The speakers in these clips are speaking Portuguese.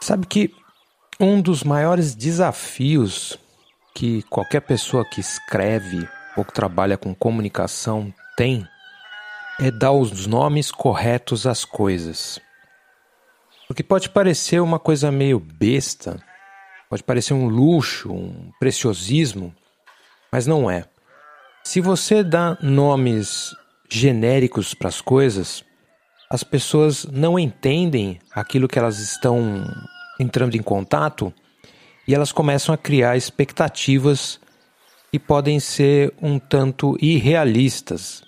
Sabe que um dos maiores desafios que qualquer pessoa que escreve ou que trabalha com comunicação tem é dar os nomes corretos às coisas. Porque pode parecer uma coisa meio besta, pode parecer um luxo, um preciosismo, mas não é. Se você dá nomes genéricos para as coisas, as pessoas não entendem aquilo que elas estão entrando em contato e elas começam a criar expectativas que podem ser um tanto irrealistas.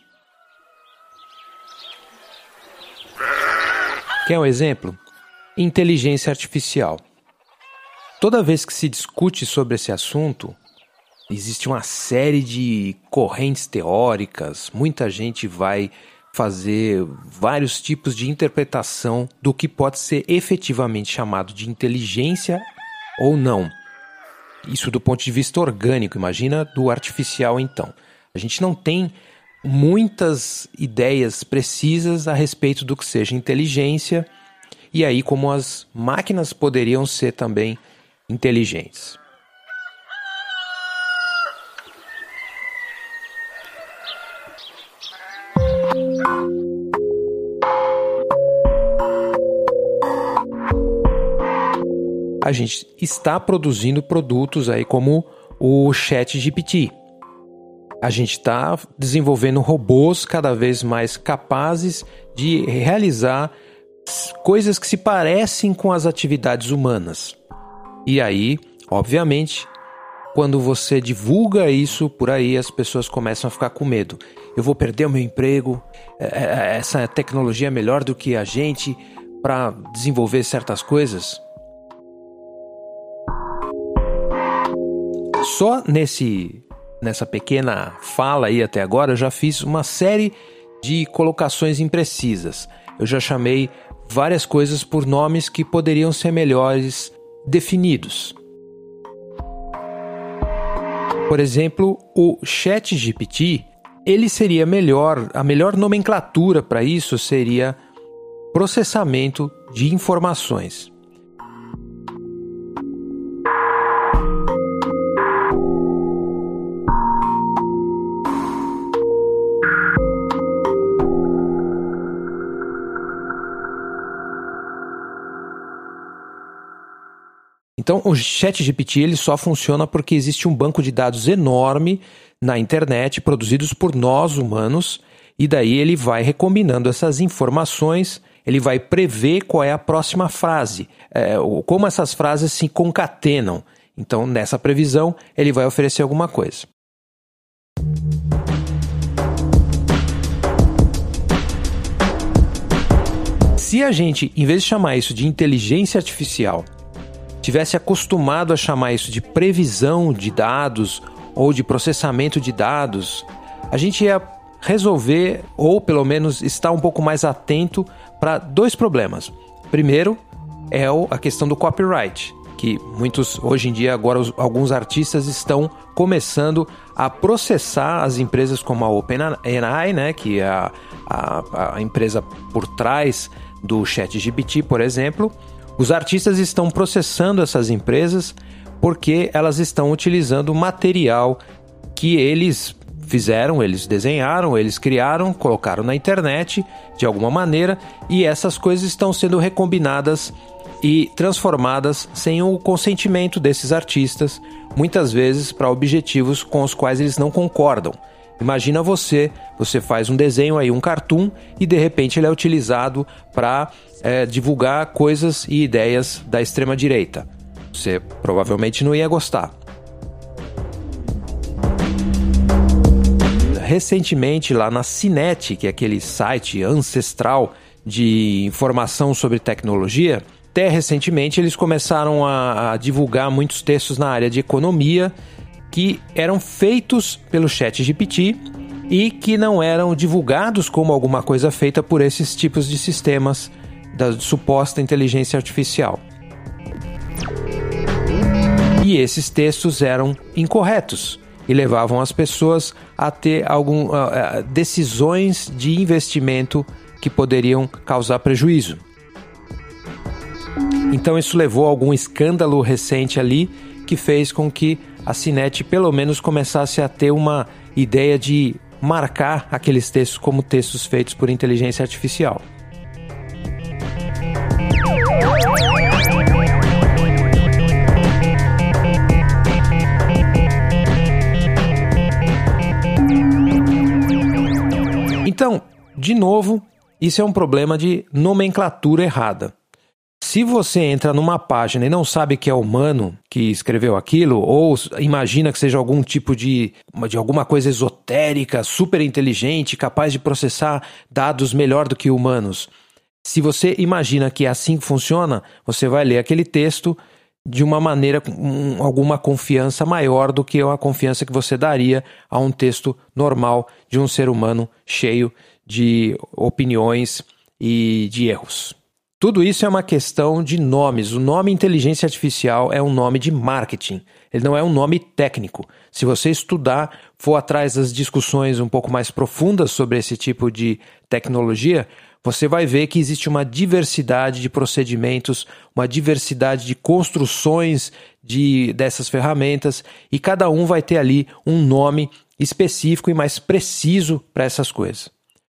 Quer um exemplo? Inteligência artificial. Toda vez que se discute sobre esse assunto, existe uma série de correntes teóricas, muita gente vai fazer vários tipos de interpretação do que pode ser efetivamente chamado de inteligência ou não. Isso do ponto de vista orgânico, imagina do artificial então. A gente não tem muitas ideias precisas a respeito do que seja inteligência e aí como as máquinas poderiam ser também inteligentes. A gente está produzindo produtos aí como o ChatGPT. A gente está desenvolvendo robôs cada vez mais capazes de realizar coisas que se parecem com as atividades humanas. E aí, obviamente, quando você divulga isso por aí, as pessoas começam a ficar com medo. Eu vou perder o meu emprego, essa tecnologia é melhor do que a gente para desenvolver certas coisas. Só nessa pequena fala aí até agora, eu já fiz uma série de colocações imprecisas. Eu já chamei várias coisas por nomes que poderiam ser melhores definidos. Por exemplo, o ChatGPT, ele seria melhor, a melhor nomenclatura para isso seria processamento de informações. Então, o ChatGPT ele só funciona porque existe um banco de dados enorme na internet, produzidos por nós humanos, e daí ele vai recombinando essas informações, ele vai prever qual é a próxima frase, como essas frases se concatenam. Então, nessa previsão, ele vai oferecer alguma coisa. Se a gente, em vez de chamar isso de inteligência artificial, tivesse acostumado a chamar isso de previsão de dados ou de processamento de dados, a gente ia resolver, ou pelo menos estar um pouco mais atento para dois problemas. Primeiro é a questão do copyright, que muitos, hoje em dia, agora alguns artistas estão começando a processar as empresas como a OpenAI, né, que é a empresa por trás do ChatGPT, por exemplo. Os artistas estão processando essas empresas porque elas estão utilizando material que eles fizeram, eles desenharam, eles criaram, colocaram na internet de alguma maneira e essas coisas estão sendo recombinadas e transformadas sem o consentimento desses artistas, muitas vezes para objetivos com os quais eles não concordam. Imagina você faz um desenho aí, um cartoon, e de repente ele é utilizado para divulgar coisas e ideias da extrema-direita. Você provavelmente não ia gostar. Recentemente, lá na CNET, que é aquele site ancestral de informação sobre tecnologia, até recentemente eles começaram a divulgar muitos textos na área de economia que eram feitos pelo ChatGPT e que não eram divulgados como alguma coisa feita por esses tipos de sistemas da suposta inteligência artificial. E esses textos eram incorretos e levavam as pessoas a ter decisões de investimento que poderiam causar prejuízo. Então isso levou a algum escândalo recente ali que fez com que a CNET pelo menos começasse a ter uma ideia de marcar aqueles textos como textos feitos por inteligência artificial. Então, de novo, isso é um problema de nomenclatura errada. Se você entra numa página e não sabe que é humano que escreveu aquilo, ou imagina que seja algum tipo de alguma coisa esotérica, super inteligente, capaz de processar dados melhor do que humanos, se você imagina que é assim que funciona, você vai ler aquele texto de uma maneira com alguma confiança maior do que a confiança que você daria a um texto normal de um ser humano cheio de opiniões e de erros. Tudo isso é uma questão de nomes. O nome inteligência artificial é um nome de marketing. Ele não é um nome técnico. Se você estudar, for atrás das discussões um pouco mais profundas sobre esse tipo de tecnologia, você vai ver que existe uma diversidade de procedimentos, uma diversidade de construções dessas ferramentas, e cada um vai ter ali um nome específico e mais preciso para essas coisas.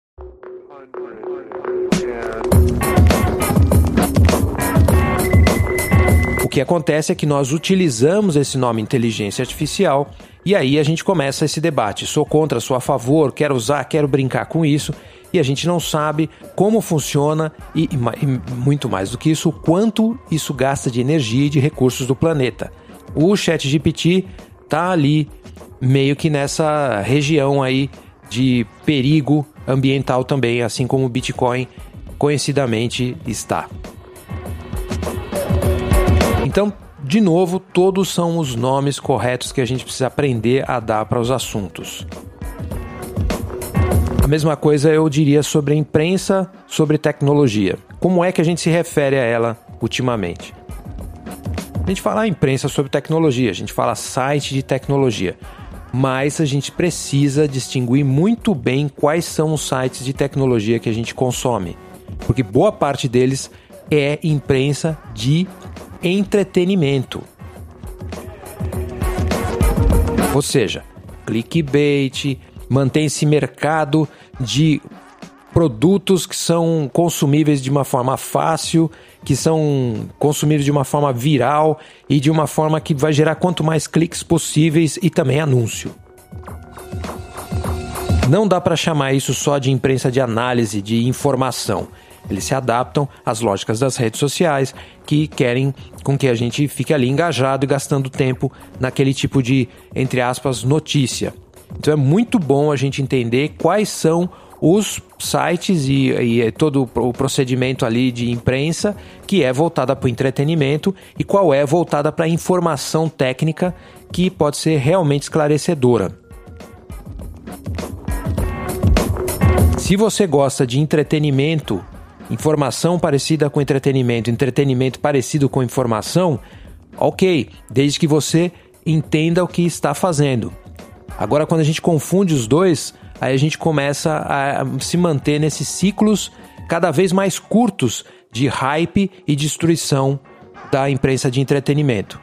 O que acontece é que nós utilizamos esse nome inteligência artificial e aí a gente começa esse debate. Sou contra, sou a favor, quero usar, quero brincar com isso. E a gente não sabe como funciona e muito mais do que isso, o quanto isso gasta de energia e de recursos do planeta. O ChatGPT está ali meio que nessa região aí de perigo ambiental também, assim como o Bitcoin conhecidamente está. Então, de novo, todos são os nomes corretos que a gente precisa aprender a dar para os assuntos. A mesma coisa eu diria sobre a imprensa, sobre tecnologia. Como é que a gente se refere a ela ultimamente? A gente fala imprensa sobre tecnologia, a gente fala site de tecnologia. Mas a gente precisa distinguir muito bem quais são os sites de tecnologia que a gente consome. Porque boa parte deles é imprensa de entretenimento. Ou seja, clickbait, mantém esse mercado de produtos que são consumíveis de uma forma fácil, que são consumíveis de uma forma viral e de uma forma que vai gerar quanto mais cliques possíveis e também anúncio. Não dá para chamar isso só de imprensa de análise, de informação. Eles se adaptam às lógicas das redes sociais que querem com que a gente fique ali engajado e gastando tempo naquele tipo de, entre aspas, notícia. Então é muito bom a gente entender quais são os sites e todo o procedimento ali de imprensa que é voltada para o entretenimento e qual é voltada para a informação técnica que pode ser realmente esclarecedora. Se você gosta de entretenimento, informação parecida com entretenimento, entretenimento parecido com informação, ok, desde que você entenda o que está fazendo. Agora, quando a gente confunde os dois, aí a gente começa a se manter nesses ciclos cada vez mais curtos de hype e destruição da imprensa de entretenimento.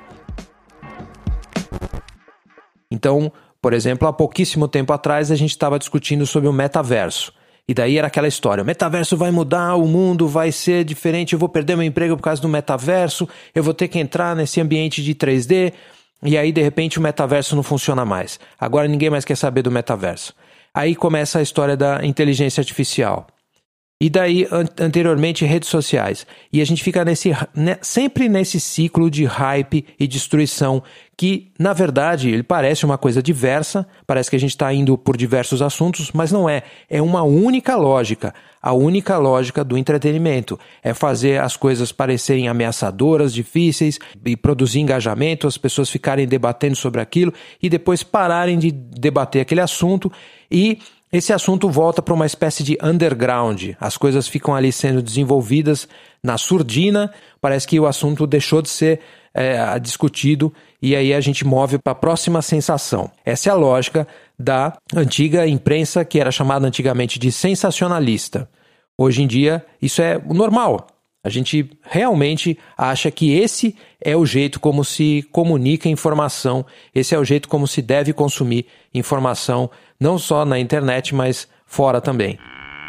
Então, por exemplo, há pouquíssimo tempo atrás a gente estava discutindo sobre o metaverso. E daí era aquela história, o metaverso vai mudar, o mundo vai ser diferente, eu vou perder meu emprego por causa do metaverso, eu vou ter que entrar nesse ambiente de 3D, e aí de repente o metaverso não funciona mais. Agora ninguém mais quer saber do metaverso. Aí começa a história da inteligência artificial. E daí, anteriormente, redes sociais. E a gente fica sempre nesse ciclo de hype e destruição que, na verdade, ele parece uma coisa diversa, parece que a gente está indo por diversos assuntos, mas não é. É uma única lógica. A única lógica do entretenimento é fazer as coisas parecerem ameaçadoras, difíceis, e produzir engajamento, as pessoas ficarem debatendo sobre aquilo e depois pararem de debater aquele assunto e esse assunto volta para uma espécie de underground. As coisas ficam ali sendo desenvolvidas na surdina. Parece que o assunto deixou de ser discutido e aí a gente move para a próxima sensação. Essa é a lógica da antiga imprensa que era chamada antigamente de sensacionalista. Hoje em dia isso é o normal. A gente realmente acha que esse é o jeito como se comunica informação, esse é o jeito como se deve consumir informação, não só na internet, mas fora também.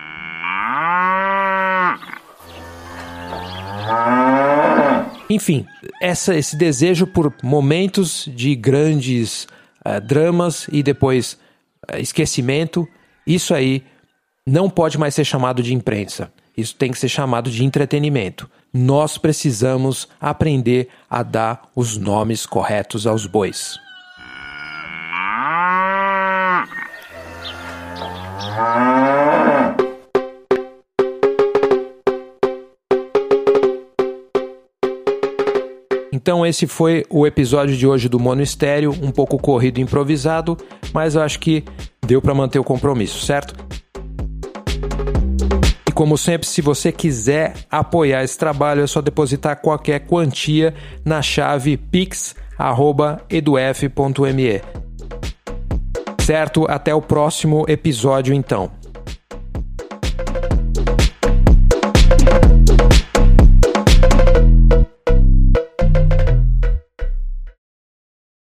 Enfim, esse desejo por momentos de grandes dramas e depois esquecimento, isso aí não pode mais ser chamado de imprensa. Isso tem que ser chamado de entretenimento. Nós precisamos aprender a dar os nomes corretos aos bois. Então esse foi o episódio de hoje do Mono Estéreo, um pouco corrido e improvisado, mas eu acho que deu para manter o compromisso, certo? E como sempre, se você quiser apoiar esse trabalho, é só depositar qualquer quantia na chave pix@eduf.me. Certo? Até o próximo episódio então.